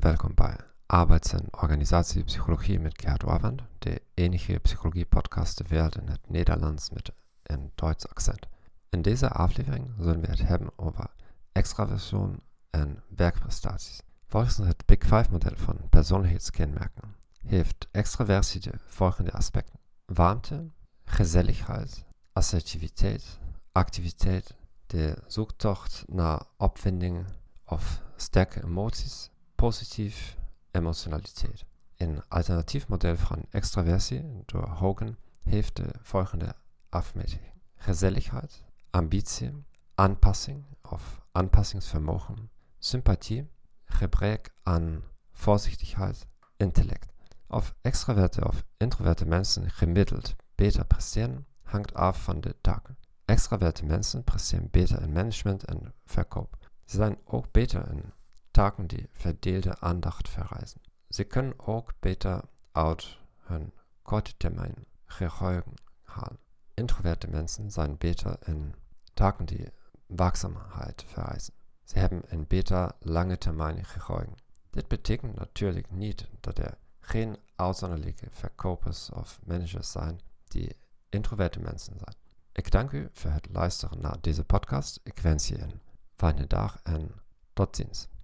welkom bij Arbeids- en Organisatiepsychologie met Gerhard Ohrwand, de enige psychologie-podcast ter wereld in het Nederlands met een Duits accent. In deze aflevering zullen we het hebben over extraversion en werkprestaties. Volgens het Big Five-model van persoonlijkheidskenmerken heeft extraversie de volgende aspecten: warmte, gezelligheid, assertiviteit, activiteit, de zoektocht naar opwinding of sterke emoties, positief emotionaliteit. Een alternatief model van extraversie door Hogan heeft de volgende afmetingen: gezelligheid, ambitie, aanpassing of aanpassingsvermogen, sympathie, gebrek aan voorzichtigheid, intellect. Of extraverte of introverte mensen gemiddeld beter presteren, hangt af van de taken. Extraverte mensen presteren beter in management en verkoop. Ze zijn ook beter in taken die verdeelde aandacht vereisen. Ze kunnen ook beter uit hun korte termijn geheugen halen. Introverte mensen zijn beter in taken die waakzaamheid vereisen. Ze hebben een beter lange termijn geheugen. Dit betekent natuurlijk niet dat er geen uitzonderlijke verkopers of managers zijn die introverte mensen zijn. Ik dank u voor het luisteren naar deze podcast. Ik wens je een fijne dag en tot ziens.